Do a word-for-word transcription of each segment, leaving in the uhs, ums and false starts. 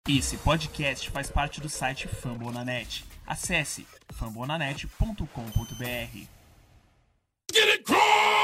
Esse podcast faz parte do site Fambonanet. Acesse fambonanet ponto com ponto b r. Get it crunk!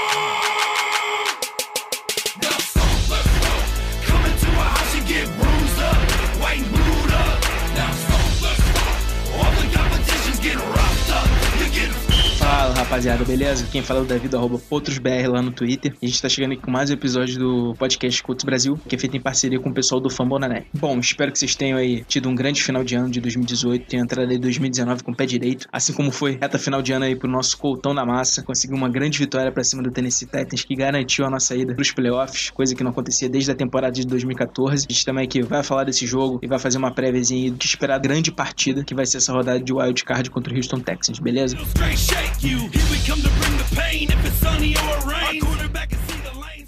Now stop, let's go. Come into a house and get bruised up, white and blued up. Now stop, let's go. All the competitions get roughed up. You get Fala rapaziada, beleza? Quem fala é o Davi do arroba PotrosBR lá no Twitter. A gente tá chegando aqui com mais um episódio do podcast Colts Brasil, que é feito em parceria com o pessoal do Fambonanet. Bom, espero que vocês tenham aí tido um grande final de ano de dois mil e dezoito, tenham entrado aí dois mil e dezenove com o pé direito, assim como foi reta final de ano aí pro nosso Coltão da Massa. Conseguiu uma grande vitória pra cima do Tennessee Titans, que garantiu a nossa ida pros playoffs, coisa que não acontecia desde a temporada de dois mil e catorze. A gente também aqui vai falar desse jogo e vai fazer uma préviazinha de esperar a grande partida que vai ser essa rodada de Wild Card contra o Houston Texans, beleza? Come to bring the pain if it's sunny or rain. Our quarterback can see the lanes.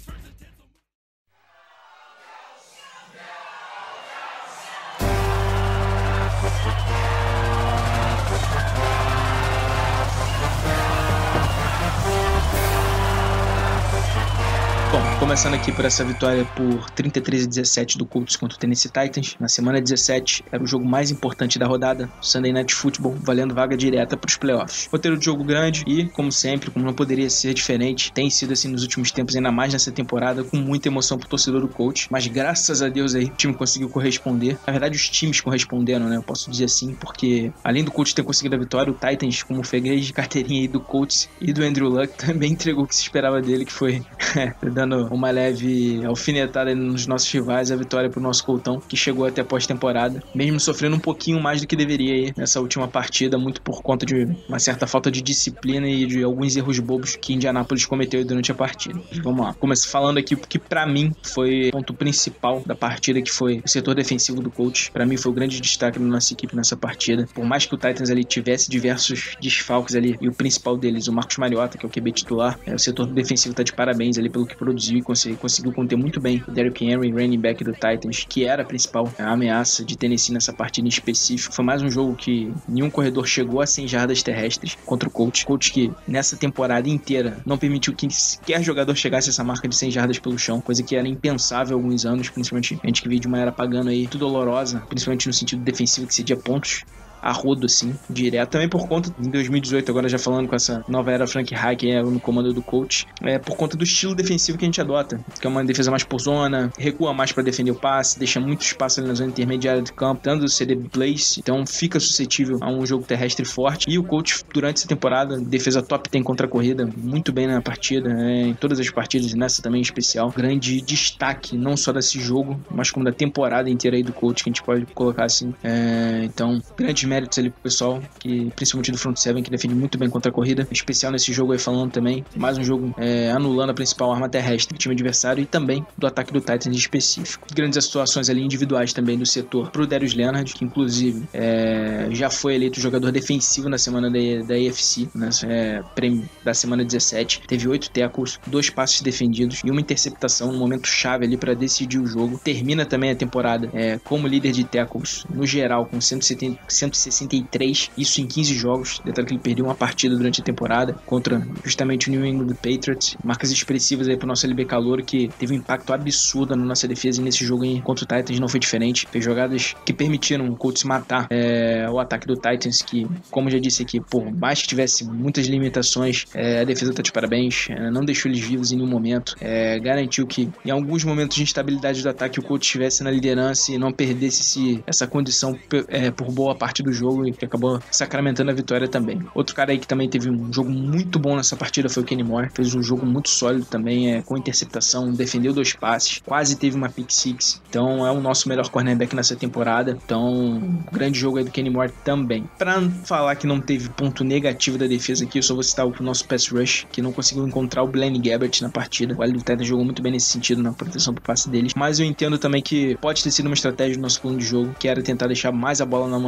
Bom, começando aqui por essa vitória por trinta e três a dezessete do Colts contra o Tennessee Titans. Na semana dezessete, era o jogo mais importante da rodada, Sunday Night Football, valendo vaga direta para os playoffs. Roteiro de jogo grande e, como sempre, como não poderia ser diferente, tem sido assim nos últimos tempos, ainda mais nessa temporada, com muita emoção pro torcedor do Colts. Mas graças a Deus aí, o time conseguiu corresponder. Na verdade, os times corresponderam, né? Eu posso dizer assim, porque além do Colts ter conseguido a vitória, o Titans, como freguês de carteirinha aí do Colts e do Andrew Luck, também entregou o que se esperava dele, que foi dando uma leve alfinetada nos nossos rivais, a vitória pro nosso Coltão, que chegou até pós-temporada, mesmo sofrendo um pouquinho mais do que deveria aí nessa última partida, muito por conta de uma certa falta de disciplina e de alguns erros bobos que Indianapolis cometeu durante a partida. Vamos lá, começo falando aqui porque pra mim foi o ponto principal da partida, que foi o setor defensivo do Colts. Pra mim foi o grande destaque da nossa equipe nessa partida, por mais que o Titans ali tivesse diversos desfalques ali, e o principal deles, o Marcus Mariota, que é o Q B titular, é, o setor defensivo tá de parabéns ali pelo que produziu e conseguiu, conseguiu conter muito bem o Derrick Henry, running back do Titans, que era a principal ameaça de Tennessee nessa partida em específico. Foi mais um jogo que nenhum corredor chegou a cem jardas terrestres contra o Colts. Colts que nessa temporada inteira não permitiu que sequer jogador chegasse a essa marca de cem jardas pelo chão, coisa que era impensável há alguns anos, principalmente a gente que veio de uma era pagando aí, tudo dolorosa, principalmente no sentido defensivo, que cedia pontos a rodo, assim, direto. Também por conta, em dois mil e dezoito, agora já falando com essa nova era Frank Reich é, no comando do coach, é por conta do estilo defensivo que a gente adota, que é uma defesa mais por zona, recua mais para defender o passe, deixa muito espaço ali na zona intermediária do campo, dando C D plays, então fica suscetível a um jogo terrestre forte. E o coach, durante essa temporada, defesa top tem contra a corrida, muito bem na partida, é, em todas as partidas, nessa também em especial. Grande destaque, não só desse jogo, mas como da temporada inteira aí do coach, que a gente pode colocar assim. É, então, grande méritos ali pro pessoal, que principalmente do front seven, que defende muito bem contra a corrida, em especial nesse jogo aí falando também, mais um jogo é, anulando a principal arma terrestre do time adversário e também do ataque do Titans em específico. Grandes atuações ali individuais também do setor pro Darius Leonard, que inclusive é, já foi eleito jogador defensivo na semana da, da A F C, né, é, prêmio da semana dezessete, teve oito tackles, dois passes defendidos e uma interceptação no momento chave ali para decidir o jogo. Termina também a temporada é, como líder de tackles no geral com cento e sessenta e três, isso em quinze jogos. Detalhe que ele perdeu uma partida durante a temporada contra justamente o New England Patriots. Marcas expressivas aí pro nosso L B Calouro, que teve um impacto absurdo na nossa defesa, e nesse jogo aí contra o Titans não foi diferente. Fez jogadas que permitiram o Colts matar é, o ataque do Titans, que, como já disse aqui, por mais que tivesse muitas limitações, é, a defesa tá de parabéns, é, não deixou eles vivos em nenhum momento, é, garantiu que em alguns momentos de instabilidade do ataque o Colts estivesse na liderança e não perdesse esse, essa condição é, por boa parte do jogo, e que acabou sacramentando a vitória também. Outro cara aí que também teve um jogo muito bom nessa partida foi o Kenny Moore, fez um jogo muito sólido também, é, com interceptação, defendeu dois passes, quase teve uma pick six, então é o nosso melhor cornerback nessa temporada. Então, um grande jogo aí do Kenny Moore também. Pra falar que não teve ponto negativo da defesa aqui, eu só vou citar o nosso pass rush, que não conseguiu encontrar o Blaine Gabbert na partida. O L do Titans jogou muito bem nesse sentido, na proteção pro passe deles, mas eu entendo também que pode ter sido uma estratégia do nosso plano de jogo, que era tentar deixar mais a bola na, nas mãos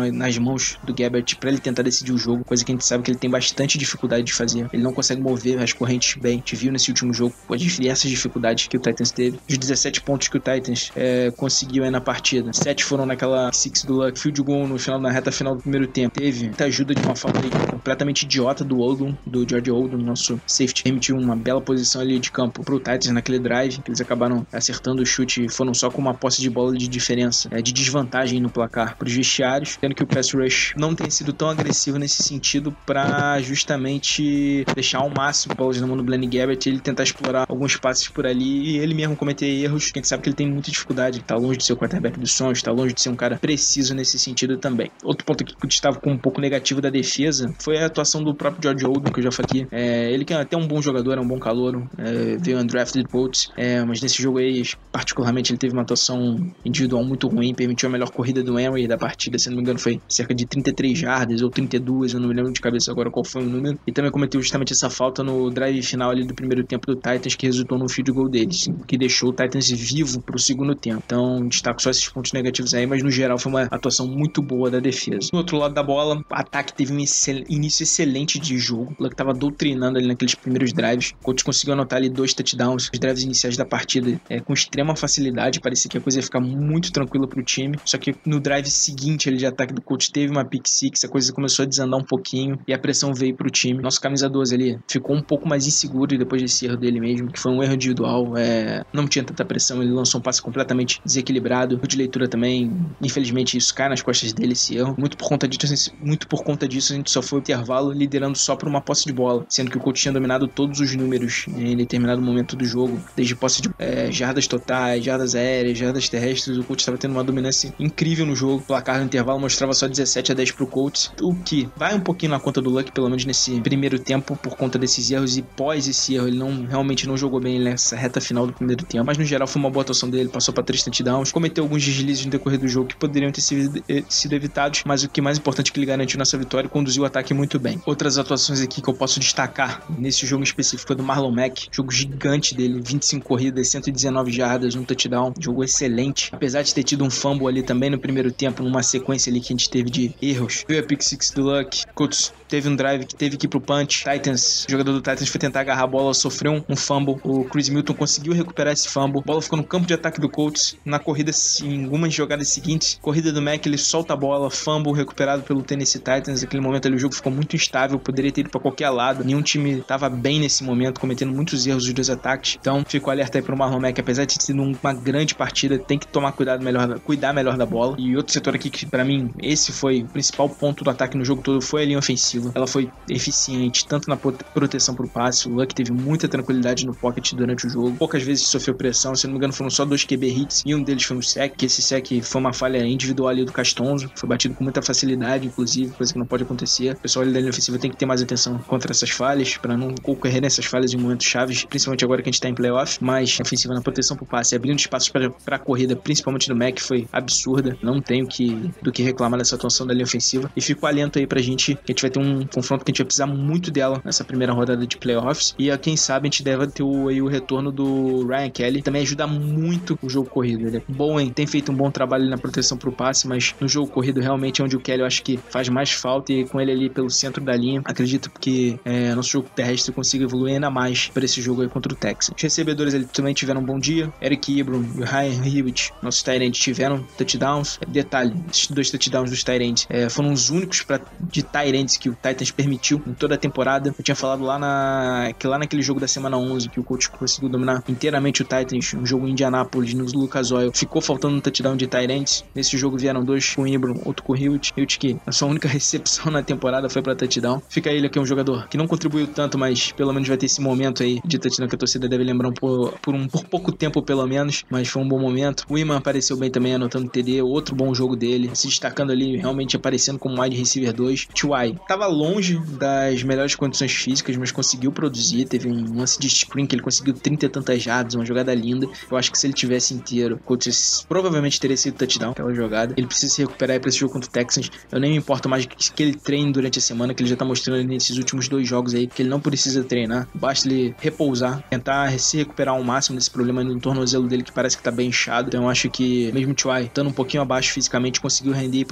mãos do Gabbert pra ele tentar decidir o jogo, coisa que a gente sabe que ele tem bastante dificuldade de fazer. Ele não consegue mover as correntes bem. A gente viu nesse último jogo as diversas dificuldades que o Titans teve. Os dezessete pontos que o Titans é, conseguiu aí na partida, sete foram naquela six do Luck, field goal no final, na reta final do primeiro tempo. Teve muita ajuda de uma falta aí completamente idiota do Oldham, do George Oldham, nosso safety, permitiu uma bela posição ali de campo pro Titans naquele drive, que eles acabaram acertando o chute e foram só com uma posse de bola de diferença, é, de desvantagem no placar pros vestiários, tendo que o pass rush não tem sido tão agressivo nesse sentido pra justamente deixar ao máximo bolas na mão do Blaine Gabbert e ele tentar explorar alguns passes por ali e ele mesmo cometer erros, que a gente sabe que ele tem muita dificuldade, ele tá longe de ser o quarterback dos sonhos, tá longe de ser um cara preciso nesse sentido também. Outro ponto aqui que eu estava com um pouco negativo da defesa foi a atuação do próprio George Oldham, que eu já falei aqui. É, ele que é até um bom jogador, é um bom calouro, é, veio undrafted Colts, é, mas nesse jogo aí, particularmente, ele teve uma atuação individual muito ruim, permitiu a melhor corrida do Henry da partida, se não me engano foi cerca de trinta e três jardas ou trinta e duas, eu não me lembro de cabeça agora qual foi o número, e também cometeu justamente essa falta no drive final ali do primeiro tempo do Titans, que resultou no field goal deles, que deixou o Titans vivo pro segundo tempo. Então, destaco só esses pontos negativos aí, mas no geral foi uma atuação muito boa da defesa. No outro lado da bola, o ataque teve um excel- início excelente de jogo. O Luck tava doutrinando ali naqueles primeiros drives. O Colts conseguiu anotar ali dois touchdowns, os drives iniciais da partida, é, com extrema facilidade. Parecia que a coisa ia ficar muito tranquila pro time. Só que no drive seguinte ali de ataque do Colts teve uma pick six, a coisa começou a desandar um pouquinho e a pressão veio pro time. Nosso camisa doze ali ficou um pouco mais inseguro depois desse erro dele mesmo, que foi um erro individual. É, não tinha tanta pressão, ele lançou um passe completamente desequilibrado. O de leitura também, infelizmente, isso cai nas costas dele, esse erro. Muito por conta disso, muito por conta disso a gente só foi o intervalo liderando só por uma posse de bola, sendo que o Colts tinha dominado todos os números em determinado momento do jogo, desde posse de é, jardas totais, jardas aéreas, jardas terrestres. O Colts estava tendo uma dominância incrível no jogo. O placar no intervalo mostrava só dezessete a dez pro Colts, o que vai um pouquinho na conta do Luck, pelo menos nesse primeiro tempo, por conta desses erros, e pós esse erro ele não, realmente não jogou bem nessa reta final do primeiro tempo, mas no geral foi uma boa atuação dele, passou para três touchdowns, cometeu alguns deslizes no decorrer do jogo que poderiam ter sido, sido evitados, mas o que mais importante é que ele garantiu nossa vitória e conduziu o ataque muito bem. Outras atuações aqui que eu posso destacar nesse jogo específico foi do Marlon Mack, jogo gigante dele, vinte e cinco corridas, cento e dezenove jardas, um touchdown, jogo excelente, apesar de ter tido um fumble ali também no primeiro tempo, numa sequência ali que a gente teve de erros. Veio a pick six do Luck, Colts teve um drive que teve que ir pro punch, Titans, o jogador do Titans foi tentar agarrar a bola, sofreu um, um fumble, o Chris Milton conseguiu recuperar esse fumble, a bola ficou no campo de ataque do Colts, na corrida, em algumas jogadas seguintes, corrida do Mack, ele solta a bola, fumble recuperado pelo Tennessee Titans. Naquele momento ali o jogo ficou muito instável, poderia ter ido pra qualquer lado, nenhum time estava bem nesse momento, cometendo muitos erros os dois ataques, então ficou alerta aí pro Marlon Mack, apesar de ter sido uma grande partida, tem que tomar cuidado melhor, cuidar melhor da bola. E outro setor aqui que pra mim, esse foi o principal ponto do ataque no jogo todo, foi a linha ofensiva. Ela foi eficiente, tanto na proteção pro passe, o Luck teve muita tranquilidade no pocket durante o jogo, poucas vezes sofreu pressão, se não me engano foram só dois Q B hits, e um deles foi um sec, que esse sec foi uma falha individual ali do Castonzo, foi batido com muita facilidade, inclusive, coisa que não pode acontecer. O pessoal ali da linha ofensiva tem que ter mais atenção contra essas falhas, pra não ocorrer nessas falhas em momentos chaves, principalmente agora que a gente tá em playoff, mas a ofensiva na proteção pro passe, abrindo espaços pra, pra corrida, principalmente do Mac, foi absurda, não tenho que, do que reclamar dessa atuação da linha ofensiva, e fico alento aí pra gente, que a gente vai ter um confronto que a gente vai precisar muito dela nessa primeira rodada de playoffs, e a quem sabe a gente deve ter o, aí, o retorno do Ryan Kelly, também ajuda muito o jogo corrido, ele é bom, hein? Tem feito um bom trabalho na proteção pro passe, mas no jogo corrido realmente é onde o Kelly eu acho que faz mais falta, e com ele ali pelo centro da linha, acredito que é, nosso jogo terrestre consiga evoluir ainda mais para esse jogo aí contra o Texans. Os recebedores ali também tiveram um bom dia, Eric Ebron e o Ryan Hewitt, nossos tight ends, tiveram touchdowns. Detalhe, esses dois touchdowns dos tight ends é, foram os únicos pra, de tight ends que o Titans permitiu em toda a temporada. Eu tinha falado lá, na, que lá naquele jogo da semana onze que o coach conseguiu dominar inteiramente o Titans, um jogo em Indianápolis, no Lucas Oil, ficou faltando um touchdown de tight ends. Nesse jogo vieram dois com o Ebron, outro com o Hewitt. Hewitt que a sua única recepção na temporada foi pra touchdown. Fica ele aqui, um jogador que não contribuiu tanto, mas pelo menos vai ter esse momento aí de touchdown que a torcida deve lembrar por, por, um, por pouco tempo pelo menos, mas foi um bom momento. O Iman apareceu bem também, anotando T D, outro bom jogo dele, se destacando ali, realmente aparecendo como wide receiver dois. T Y tava longe das melhores condições físicas, mas conseguiu produzir, teve um lance de screen que ele conseguiu trinta e tantas jardas, uma jogada linda. Eu acho que se ele tivesse inteiro, o coach provavelmente teria sido touchdown aquela jogada. Ele precisa se recuperar aí pra esse jogo contra o Texans. Eu nem me importo mais que, que ele treine durante a semana, que ele já tá mostrando nesses últimos dois jogos aí, que ele não precisa treinar, basta ele repousar, tentar se recuperar ao máximo desse problema no tornozelo dele, que parece que tá bem inchado. Então eu acho que mesmo o T Y estando um pouquinho abaixo fisicamente, conseguiu render e produzir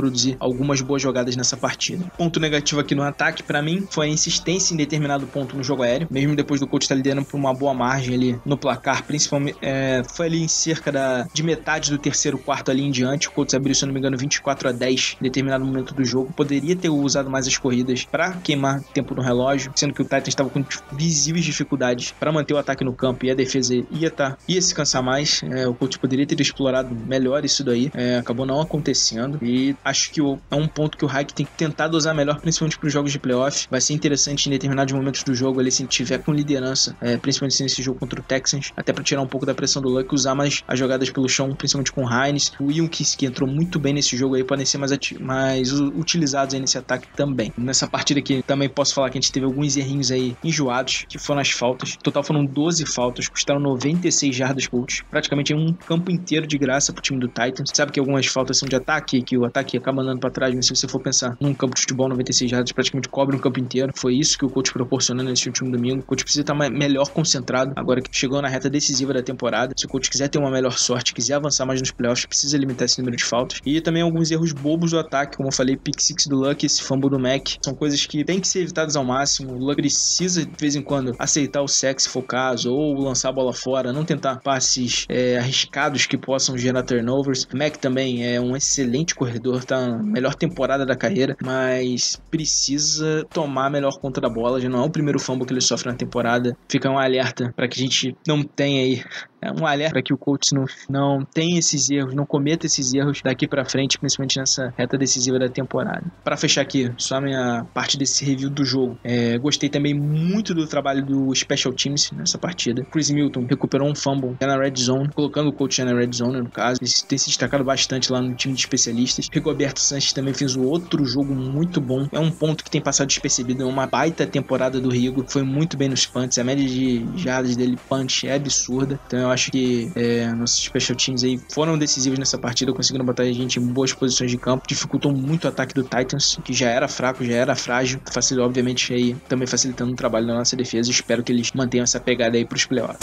algumas boas jogadas nessa partida. Ponto negativo aqui no ataque, pra mim, foi a insistência em determinado ponto no jogo aéreo, mesmo depois do coach estar liderando por uma boa margem ali no placar, principalmente é, foi ali em cerca da, de metade do terceiro quarto ali em diante, o Colts abriu, se eu não me engano, vinte e quatro a dez em determinado momento do jogo, poderia ter usado mais as corridas pra queimar tempo no relógio, sendo que o Titans estava com visíveis dificuldades pra manter o ataque no campo e a defesa ia, tá, ia se cansar mais, é, o coach poderia ter explorado melhor isso daí, é, acabou não acontecendo e acho que o, é um ponto que o Reich tem que tentar dosar melhor, principalmente para os jogos de playoff. Vai ser interessante em determinados momentos do jogo ali, se tiver com liderança, é, principalmente nesse jogo contra o Texans, até para tirar um pouco da pressão do Luck, usar mais as jogadas pelo chão, principalmente com o Hines, o Wilkins, que entrou muito bem nesse jogo aí, podem ser mais, mais utilizados aí nesse ataque também. Nessa partida aqui também posso falar que a gente teve alguns errinhos aí enjoados, que foram as faltas. No total foram doze faltas, custaram noventa e seis jardas Colts, praticamente um campo inteiro de graça pro time do Titans. Sabe que algumas faltas são de ataque, que o ataque acaba andando para trás, mas se você for pensar num campo de futebol, noventa e seis jardas praticamente cobre um campo inteiro. Foi isso que o coach proporcionou nesse último domingo. O coach precisa estar melhor concentrado agora que chegou na reta decisiva da temporada. Se o coach quiser ter uma melhor sorte, quiser avançar mais nos playoffs, precisa limitar esse número de faltas. E também alguns erros bobos do ataque, como eu falei, pick six do Luck, esse fumble do Mac, são coisas que tem que ser evitadas ao máximo. O Luck precisa de vez em quando aceitar o sack se for o caso, ou lançar a bola fora, não tentar passes é, arriscados que possam gerar turnovers. O Mac também é um excelente corredor, tá na melhor temporada da carreira, mas precisa tomar melhor conta da bola. Já não é o primeiro fumble que ele sofre na temporada. Fica um alerta para que a gente não tenha aí É um alerta para que o coach não, não tenha esses erros, não cometa esses erros daqui para frente, principalmente nessa reta decisiva da temporada. Para fechar aqui, só a minha parte desse review do jogo. É, gostei também muito do trabalho do Special Teams nessa partida. Chris Milton recuperou um fumble na Red Zone, colocando o coach na Red Zone, no caso. Ele tem se destacado bastante lá no time de especialistas. Rigoberto Sanchez também fez um outro jogo muito bom. É um ponto que tem passado despercebido. É uma baita temporada do Rigo. Foi muito bem nos punts. A média de jardas dele punch é absurda. Então eu acho que é, nossos special teams aí foram decisivos nessa partida, conseguindo botar a gente em boas posições de campo. Dificultou muito o ataque do Titans, que já era fraco, já era frágil. Facilitou, obviamente, aí, também facilitando o trabalho da nossa defesa. Espero que eles mantenham essa pegada aí pros playoffs.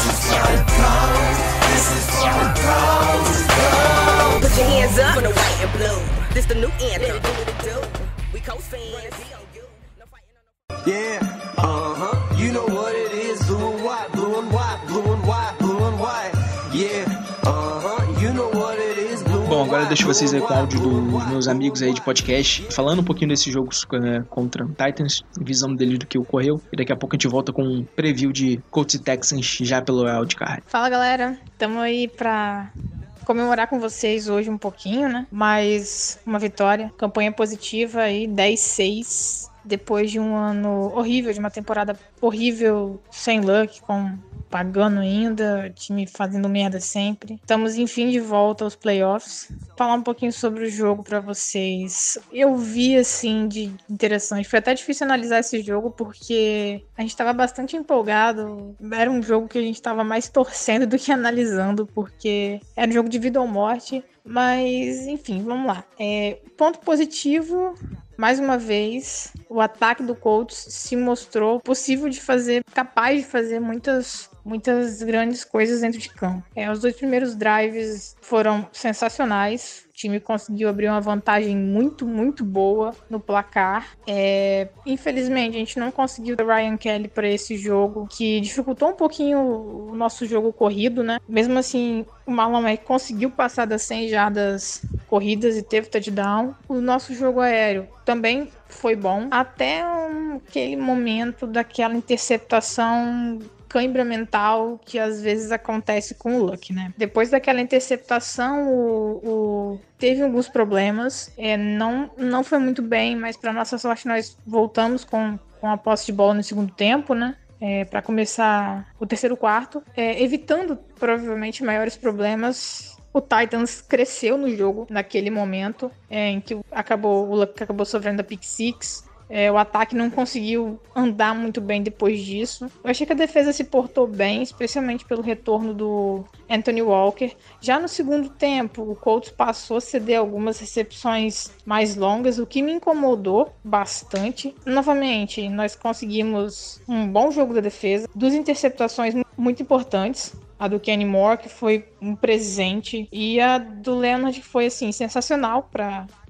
Yeah, uh-huh, you know what it is, blue and white, blue and white, blue and white, blue and white, yeah, uh-huh, you know what it is, blue and white. Bom, agora eu deixo vocês aí com o áudio dos meus amigos aí de podcast, falando um pouquinho desse jogo é, contra o Titans, visão deles do que ocorreu, e daqui a pouco a gente volta com um preview de Colts e Texans já pelo wildcard. Fala, galera, estamos aí pra comemorar com vocês hoje um pouquinho, né, mais uma vitória, campanha positiva aí, dez seis, depois de um ano horrível, de uma temporada horrível, sem Luck, com pagando ainda, time fazendo merda sempre. Estamos, enfim, de volta aos playoffs. Falar um pouquinho sobre o jogo pra vocês. Eu vi, assim, de interessante. Foi até difícil analisar esse jogo, porque a gente tava bastante empolgado. Era um jogo que a gente tava mais torcendo do que analisando, porque era um jogo de vida ou morte. Mas, enfim, vamos lá. É, ponto positivo, mais uma vez, o ataque do Colts se mostrou possível de fazer, capaz de fazer muitas, muitas grandes coisas dentro de campo. É, os dois primeiros drives foram sensacionais. O time conseguiu abrir uma vantagem muito, muito boa no placar. É, infelizmente, a gente não conseguiu o Ryan Kelly para esse jogo, que dificultou um pouquinho o nosso jogo corrido, né? Mesmo assim, o Marlon Mack conseguiu passar das cem jardas corridas e teve touchdown. O nosso jogo aéreo também foi bom, até um, aquele momento daquela interceptação cãibra mental que às vezes acontece com o Luck, né? Depois daquela interceptação, o, o... teve alguns problemas, é, não, não foi muito bem, mas para nossa sorte nós voltamos com, com a posse de bola no segundo tempo, né? É, para começar o terceiro quarto, é, evitando provavelmente maiores problemas. O Titans cresceu no jogo naquele momento, é, em que acabou, o Luck acabou sofrendo a pick six. É, o ataque não conseguiu andar muito bem depois disso. Eu achei que a defesa se portou bem, especialmente pelo retorno do Anthony Walker. Já no segundo tempo, o Colts passou a ceder algumas recepções mais longas, o que me incomodou bastante. Novamente, nós conseguimos um bom jogo da defesa, duas interceptações muito importantes. A do Kenny Moore, que foi um presente, e a do Leonard, que foi assim, sensacional para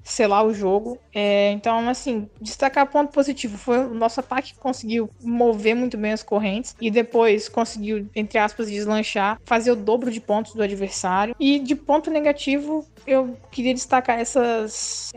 selar o jogo. É, então, assim, destacar ponto positivo. Foi o nosso ataque que conseguiu mover muito bem as correntes e depois conseguiu, entre aspas, deslanchar, fazer o dobro de pontos do adversário. E de ponto negativo, eu queria destacar essas,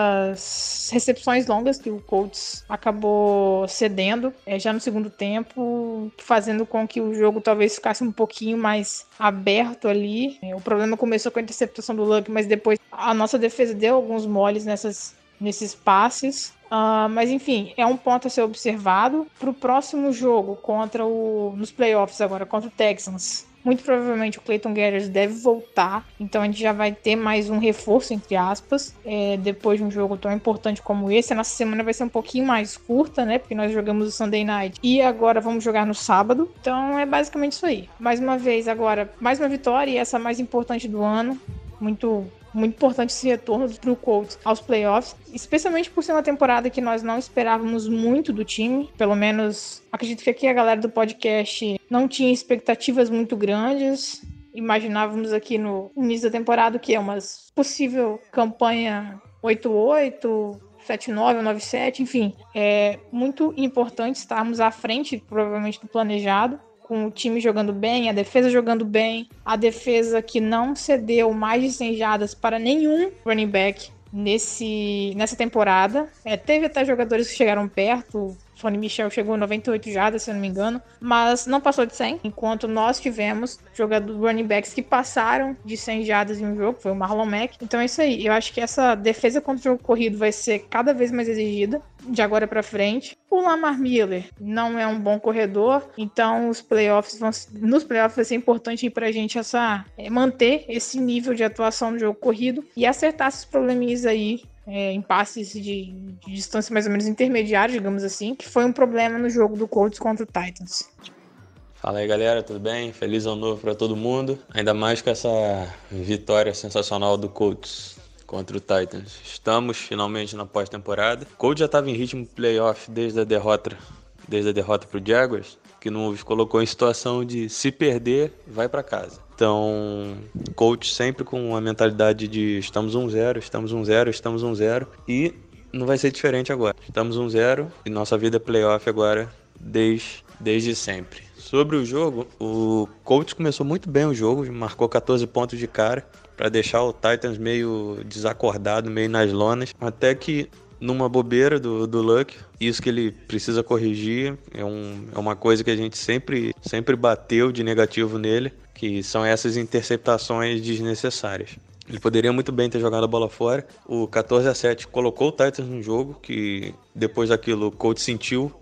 essas recepções longas que o Colts acabou cedendo é, já no segundo tempo, fazendo com que o jogo talvez ficasse um pouquinho mais aberto ali. É, o problema começou com a interceptação do Luck, mas depois a nossa defesa deu alguns moles nessas, nesses passes. Uh, mas enfim, é um ponto a ser observado. Para o próximo jogo contra o nos playoffs agora, contra o Texans, muito provavelmente o Clayton Getters deve voltar, então a gente já vai ter mais um reforço, entre aspas, é, depois de um jogo tão importante como esse. A nossa semana vai ser um pouquinho mais curta, né, porque nós jogamos o Sunday Night e agora vamos jogar no sábado, então é basicamente isso aí. Mais uma vez agora, mais uma vitória, e essa mais importante do ano, muito... Muito importante esse retorno do Colts aos playoffs, especialmente por ser uma temporada que nós não esperávamos muito do time. Pelo menos, acredito que aqui a galera do podcast não tinha expectativas muito grandes. Imaginávamos aqui no início da temporada que é uma possível campanha oito oito, sete nove ou nove sete, enfim. É muito importante estarmos à frente, provavelmente, do planejado, com o time jogando bem, a defesa jogando bem, a defesa que não cedeu mais de cem jardas para nenhum running back nesse, nessa temporada. É, teve até jogadores que chegaram perto, Sonny Michel chegou a noventa e oito jardas, se eu não me engano, mas não passou de cem, enquanto nós tivemos jogadores running backs que passaram de cem jardas em um jogo, foi o Marlon Mack. Então é isso aí, eu acho que essa defesa contra o jogo corrido vai ser cada vez mais exigida de agora pra frente. O Lamar Miller não é um bom corredor, então os playoffs vão, nos playoffs vai ser importante pra gente essa, é, manter esse nível de atuação no jogo corrido e acertar esses probleminhas aí, É, em passes de, de distância mais ou menos intermediária, digamos assim, que foi um problema no jogo do Colts contra o Titans. Fala aí, galera, tudo bem? Feliz ano novo para todo mundo, ainda mais com essa vitória sensacional do Colts contra o Titans. Estamos finalmente na pós-temporada. O Colts já estava em ritmo playoff desde a derrota, desde a derrota para o Jaguars, que nos colocou em situação de se perder, vai para casa. Então, coach sempre com a mentalidade de estamos um zero, estamos um zero, estamos um zero, e não vai ser diferente agora. Estamos um zero e nossa vida é playoff agora desde, desde sempre. Sobre o jogo, o Colts começou muito bem o jogo, marcou catorze pontos de cara para deixar o Titans meio desacordado, meio nas lonas, até que numa bobeira do, do Luck, isso que ele precisa corrigir, é, um, é uma coisa que a gente sempre, sempre bateu de negativo nele, que são essas interceptações desnecessárias. Ele poderia muito bem ter jogado a bola fora. O catorze a sete colocou o Titans no jogo, que depois daquilo o Colts sentiu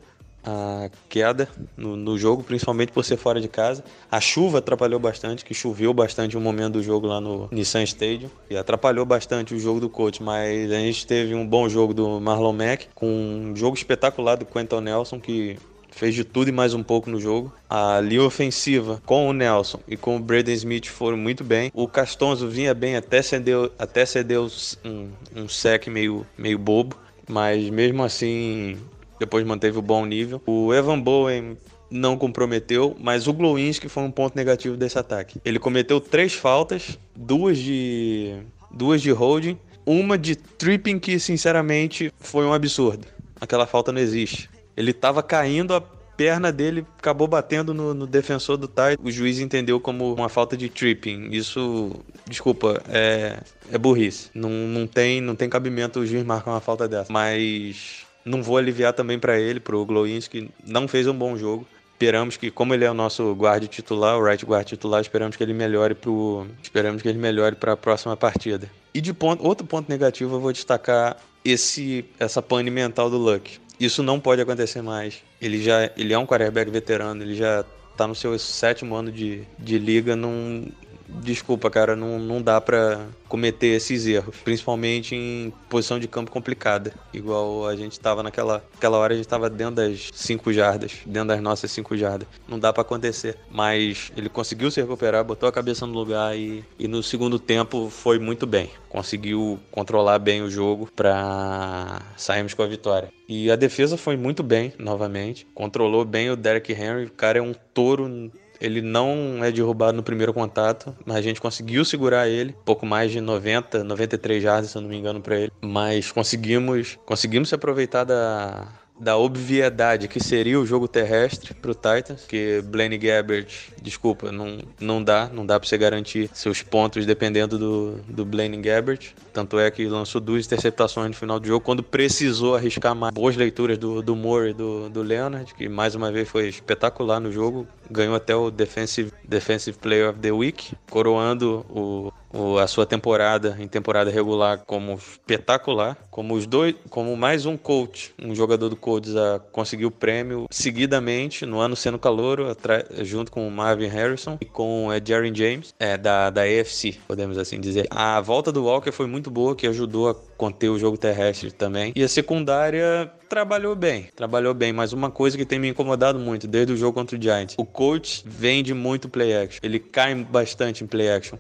a queda no, no jogo, principalmente por ser fora de casa. A chuva atrapalhou bastante, que choveu bastante um momento do jogo lá no Nissan Stadium, e atrapalhou bastante o jogo do Colts, mas a gente teve um bom jogo do Marlon Mack, com um jogo espetacular do Quentin Nelson, que fez de tudo e mais um pouco no jogo. A linha ofensiva com o Nelson e com o Braden Smith foram muito bem. O Castonzo vinha bem, até cedeu, até cedeu um, um sec meio, meio bobo, mas mesmo assim depois manteve o bom nível. O Evan Bowen não comprometeu, mas o Glowinski foi um ponto negativo desse ataque. Ele cometeu três faltas, duas de, duas de holding, uma de tripping que sinceramente foi um absurdo. Aquela falta não existe. Ele estava caindo, a perna dele acabou batendo no, no defensor do Titans. O juiz entendeu como uma falta de tripping. Isso, desculpa, é, é burrice. Não, não, tem, não tem cabimento o juiz marcar uma falta dessa. Mas não vou aliviar também para ele, para o Glowinski, que não fez um bom jogo. Esperamos que, como ele é o nosso guarda titular, o right guard titular, esperamos que ele melhore pro, esperamos que ele melhore para a próxima partida. E de ponto, outro ponto negativo, eu vou destacar esse, essa pane mental do Luck. Isso não pode acontecer mais. Ele já ele é um quarterback veterano, ele já tá no seu sétimo ano de, de liga. Não, desculpa, cara, não, não dá pra cometer esses erros, principalmente em posição de campo complicada, igual a gente tava naquela aquela hora, a gente tava dentro das cinco jardas, dentro das nossas cinco jardas. Não dá pra acontecer, mas ele conseguiu se recuperar, botou a cabeça no lugar e, e no segundo tempo foi muito bem. Conseguiu controlar bem o jogo pra sairmos com a vitória. E a defesa foi muito bem, novamente, controlou bem o Derrick Henry, o cara é um touro. Ele não é derrubado no primeiro contato, mas a gente conseguiu segurar ele, pouco mais de noventa, noventa e três jardas, se eu não me engano, para ele. Mas conseguimos, conseguimos se aproveitar da... da obviedade que seria o jogo terrestre pro Titans, que Blaine Gabbert, desculpa, não, não dá, não dá pra você garantir seus pontos dependendo do, do Blaine Gabbert, tanto é que lançou duas interceptações no final do jogo, quando precisou arriscar mais. Boas leituras do, do Moore e do, do Leonard, que mais uma vez foi espetacular no jogo, ganhou até o Defensive, Defensive Player of the Week, coroando o a sua temporada em temporada regular como espetacular, como os dois, como mais um coach, um jogador do Colts a conseguir o prêmio seguidamente no ano sendo calouro, junto com o Marvin Harrison e com é, Jaren James, é, da, da A F C, podemos assim dizer. A volta do Walker foi muito boa, que ajudou a conter o jogo terrestre também, e a secundária trabalhou bem, trabalhou bem, mas uma coisa que tem me incomodado muito desde o jogo contra o Giants, o coach vende muito play action, ele cai bastante em play action.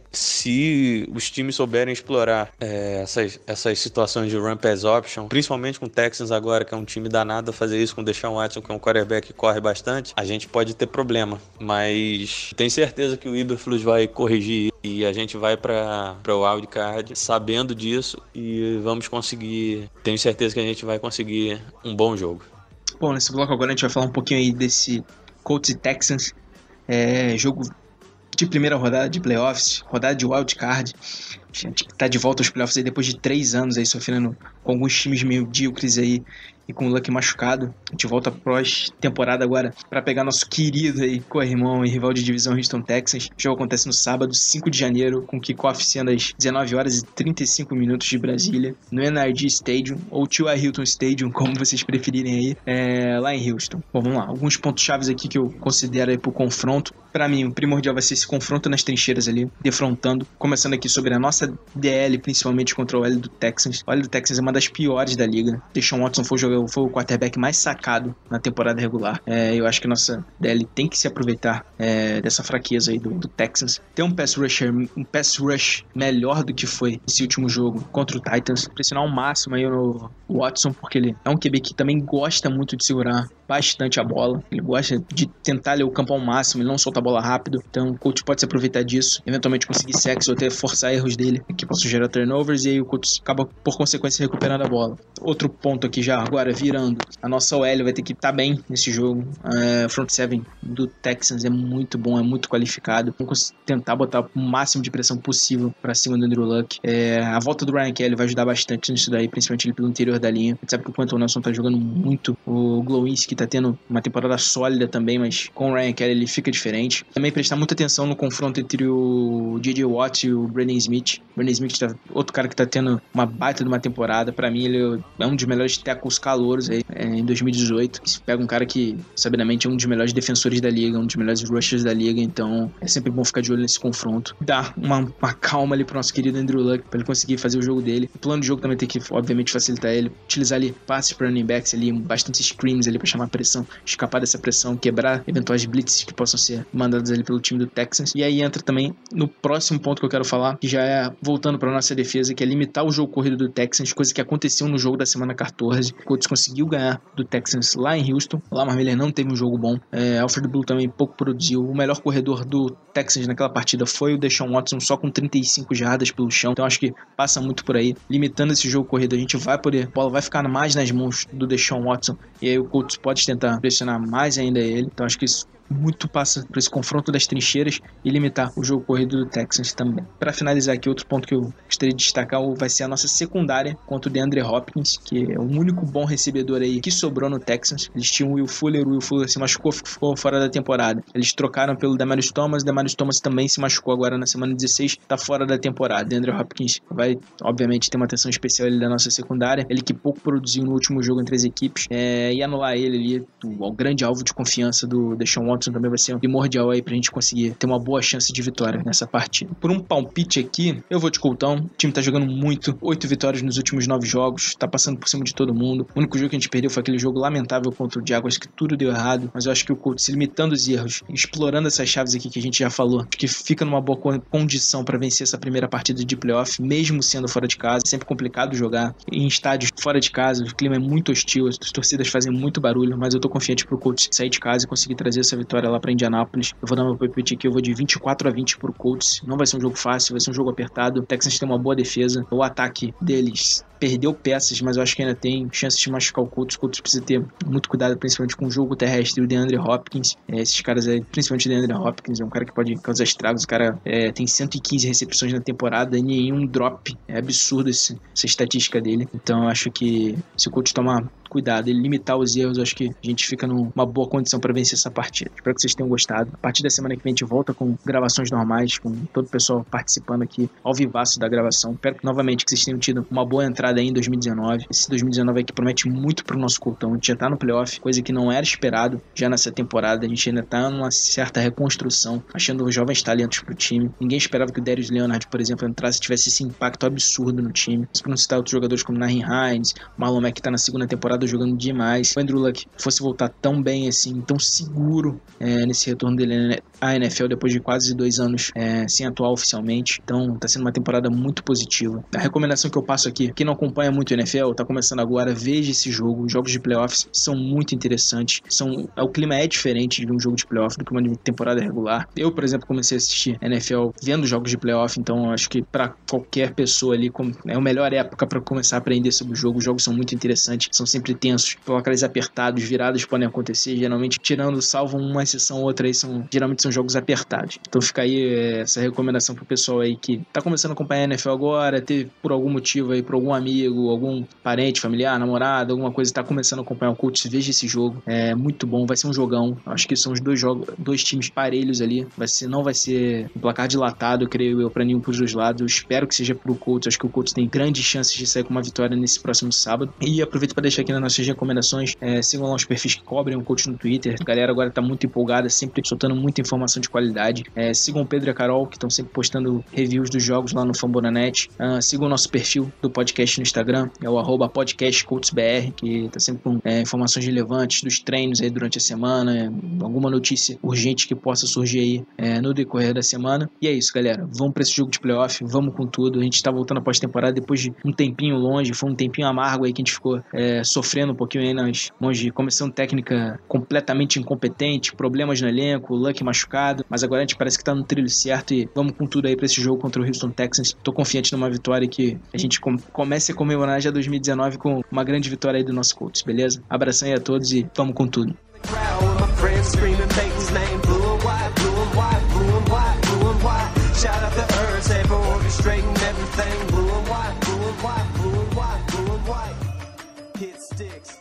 Se os times souberem explorar é, essas, essas situações de run pass option, principalmente com o Texans agora, que é um time danado a fazer isso, com o Deshaun Watson, que é um quarterback que corre bastante, a gente pode ter problema, mas tenho certeza que o Eberflus vai corrigir e a gente vai para o wildcard sabendo disso e vamos conseguir, tenho certeza que a gente vai conseguir um bom jogo. Bom, nesse bloco agora a gente vai falar um pouquinho aí desse Colts e Texans, é, jogo de primeira rodada de playoffs, rodada de wildcard. A gente tá de volta aos playoffs aí depois de três anos aí sofrendo com alguns times medíocres aí e com o Luck machucado. A gente volta pós-temporada agora para pegar nosso querido aí co-irmão e rival de divisão Houston Texans. O jogo acontece no sábado, cinco de janeiro, com kickoff sendo às dezenove horas e trinta e cinco minutos de Brasília, no N R G Stadium, ou T Y Hilton Stadium, como vocês preferirem aí, é, lá em Houston. Bom, vamos lá. Alguns pontos chaves aqui que eu considero aí pro confronto. Para mim, o primordial vai ser esse confronto nas trincheiras ali, defrontando. Começando aqui sobre a nossa D L, principalmente contra o L do Texans. O L do Texans é uma das piores da liga. Deshaun Watson foi o, jogador, foi o quarterback mais sacado na temporada regular. É, eu acho que a nossa D L tem que se aproveitar é, dessa fraqueza aí do, do Texans. Tem um pass rusher, um pass rush melhor do que foi esse último jogo contra o Titans. Pressionar ao máximo aí no Watson, porque ele é um Q B que também gosta muito de segurar bastante a bola. Ele gosta de tentar ler o campo ao máximo, ele não solta a bola rápido. Então o coach pode se aproveitar disso, eventualmente conseguir sacks ou até forçar erros dele, que possam gerar turnovers, e aí o coach acaba por consequência recuperando a bola. Outro ponto aqui já, agora virando, a nossa O L vai ter que estar bem nesse jogo. Uh, front seven do Texans é muito bom, é muito qualificado. Vamos tentar botar o máximo de pressão possível para cima do Andrew Luck. É, a volta do Ryan Kelly vai ajudar bastante nisso daí, principalmente ele pelo interior da linha. A gente sabe que o Quentin Nelson tá jogando muito, o Glowinski tá tendo uma temporada sólida também, mas com o Ryan Kelly ele fica diferente. Também prestar muita atenção no confronto entre o J J Watt e o Brandon Smith. O Brandon Smith tá outro cara que tá tendo uma baita de uma temporada. Pra mim ele é um dos melhores tackles calouros aí, é, em dois mil e dezoito. Você pega um cara que, sabidamente, é um dos melhores defensores da liga, um dos melhores rushers da liga, então é sempre bom ficar de olho nesse confronto. Dá uma, uma calma ali pro nosso querido Andrew Luck, pra ele conseguir fazer o jogo dele. O plano de jogo também tem que, obviamente, facilitar ele, utilizar ali passes para running backs ali, bastante screens ali pra chamar pressão, escapar dessa pressão, quebrar eventuais blitzes que possam ser mandados ali pelo time do Texans. E aí entra também no próximo ponto que eu quero falar, que já é voltando pra nossa defesa, que é limitar o jogo corrido do Texans, coisa que aconteceu no jogo da semana quatorze. O Colts conseguiu ganhar do Texans lá em Houston. Lá Lamar Miller não teve um jogo bom. É, Alfred Blue também pouco produziu. O melhor corredor do Texans naquela partida foi o Deshaun Watson, só com trinta e cinco jardas pelo chão. Então acho que passa muito por aí. Limitando esse jogo corrido, a gente vai poder, a bola vai ficar mais nas mãos do Deshaun Watson, e aí o Colts pode tentar pressionar mais ainda ele. Então acho que isso muito passa por esse confronto das trincheiras e limitar o jogo corrido do Texans também. Para finalizar aqui, outro ponto que eu gostaria de destacar vai ser a nossa secundária contra o DeAndre Hopkins, que é o único bom recebedor aí que sobrou no Texans. Eles tinham o Will Fuller, o Will Fuller se machucou, ficou fora da temporada. Eles trocaram pelo Demaryius Thomas, o Demaryius Thomas também se machucou agora na semana dezesseis, tá fora da temporada. DeAndre Hopkins vai, obviamente, ter uma atenção especial ali da nossa secundária. Ele que pouco produziu no último jogo entre as equipes, é, e anular ele ali, o, o grande alvo de confiança do Deshaun Watson também vai ser primordial aí pra gente conseguir ter uma boa chance de vitória nessa partida. Por um palpite aqui, eu vou de Coltão. O time tá jogando muito, oito vitórias nos últimos nove jogos, tá passando por cima de todo mundo. O único jogo que a gente perdeu foi aquele jogo lamentável contra o Jaguars, que tudo deu errado, mas eu acho que o Colts, se limitando os erros, explorando essas chaves aqui que a gente já falou, que fica numa boa condição pra vencer essa primeira partida de playoff, mesmo sendo fora de casa. É sempre complicado jogar em estádios fora de casa, o clima é muito hostil, as torcidas fazem muito barulho, mas eu tô confiante pro Colts sair de casa e conseguir trazer essa vitória vitória lá pra Indianápolis. Eu vou dar meu palpite aqui, eu vou de vinte e quatro a vinte pro Colts. Não vai ser um jogo fácil, vai ser um jogo apertado. O Texans tem uma boa defesa. O ataque deles perdeu peças, mas eu acho que ainda tem chances de machucar o Colts. O Colts precisa ter muito cuidado, principalmente com o jogo terrestre e o DeAndre Hopkins. É, esses caras aí, principalmente o DeAndre Hopkins, é um cara que pode causar estragos. O cara é, tem cento e quinze recepções na temporada e nenhum drop. É absurdo esse, essa estatística dele. Então eu acho que se o Colts tomar cuidado e limitar os erros, eu acho que a gente fica numa boa condição para vencer essa partida. Espero que vocês tenham gostado. A partir da semana que vem a gente volta com gravações normais, com todo o pessoal participando aqui ao vivaço da gravação. Espero que, novamente, que vocês tenham tido uma boa entrada aí em dois mil e dezenove. Esse dois mil e dezenove aqui promete muito pro nosso Coltão. A gente já tá no playoff, coisa que não era esperado já nessa temporada. A gente ainda tá numa certa reconstrução, achando jovens talentos pro time. Ninguém esperava que o Darius Leonard, por exemplo, entrasse e tivesse esse impacto absurdo no time. Isso pra não citar outros jogadores como Naheem Hines, Marlon Mack, que tá na segunda temporada jogando demais. O Andrew Luck fosse voltar tão bem assim, tão seguro é, nesse retorno dele à N F L depois de quase dois anos é, sem atuar oficialmente. Então tá sendo uma temporada muito positiva. A recomendação que eu passo aqui, quem não acompanha muito o N F L, tá começando agora, veja esse jogo. Os jogos de playoffs são muito interessantes. São, o clima é diferente de um jogo de playoff do que uma temporada regular. Eu, por exemplo, comecei a assistir N F L vendo jogos de playoff, então acho que pra qualquer pessoa ali é a melhor época pra começar a aprender sobre o jogo. Os jogos são muito interessantes, são sempre tensos, placares apertados, viradas podem acontecer, geralmente tirando, salvo uma exceção ou outra aí, são, geralmente são jogos apertados. Então fica aí é, essa recomendação pro pessoal aí que tá começando a acompanhar a N F L agora, teve por algum motivo aí, por algum amigo, algum parente, familiar, namorado, alguma coisa, tá começando a acompanhar o Colts, veja esse jogo, é muito bom, vai ser um jogão. Acho que são os dois jogos, dois times parelhos ali, vai ser, não vai ser um placar dilatado, creio eu, pra nenhum dos dois lados. Eu espero que seja pro Colts, acho que o Colts tem grandes chances de sair com uma vitória nesse próximo sábado. E aproveito para deixar aqui nas nossas recomendações, é, sigam lá os perfis que cobrem o Colts no Twitter. A galera agora tá muito empolgada, sempre soltando muita informação de qualidade. É, sigam o Pedro e a Carol, que estão sempre postando reviews dos jogos lá no Fambonanet. Uh, sigam o nosso perfil do podcast no Instagram, é o arroba podcastcoltsbr, que tá sempre com é, informações relevantes dos treinos aí durante a semana, é, alguma notícia urgente que possa surgir aí é, no decorrer da semana. E é isso, galera. Vamos para esse jogo de playoff, vamos com tudo. A gente tá voltando após temporada depois de um tempinho longe, foi um tempinho amargo aí que a gente ficou é, sofrendo um pouquinho aí nas mãos de comissão técnica completamente incompetente, problemas no elenco, Luck machucado, mas agora a gente parece que tá no trilho certo e vamos com tudo aí pra esse jogo contra o Houston Texans. Tô confiante numa vitória que a gente com- comece a comemorar já dois mil e dezenove com uma grande vitória aí do nosso Colts, beleza? Abração aí a todos e vamos com tudo. Shout out the Earth, they for orchestrating everything. Blue and white, blue and white, blue and white, blue and white. Hit sticks.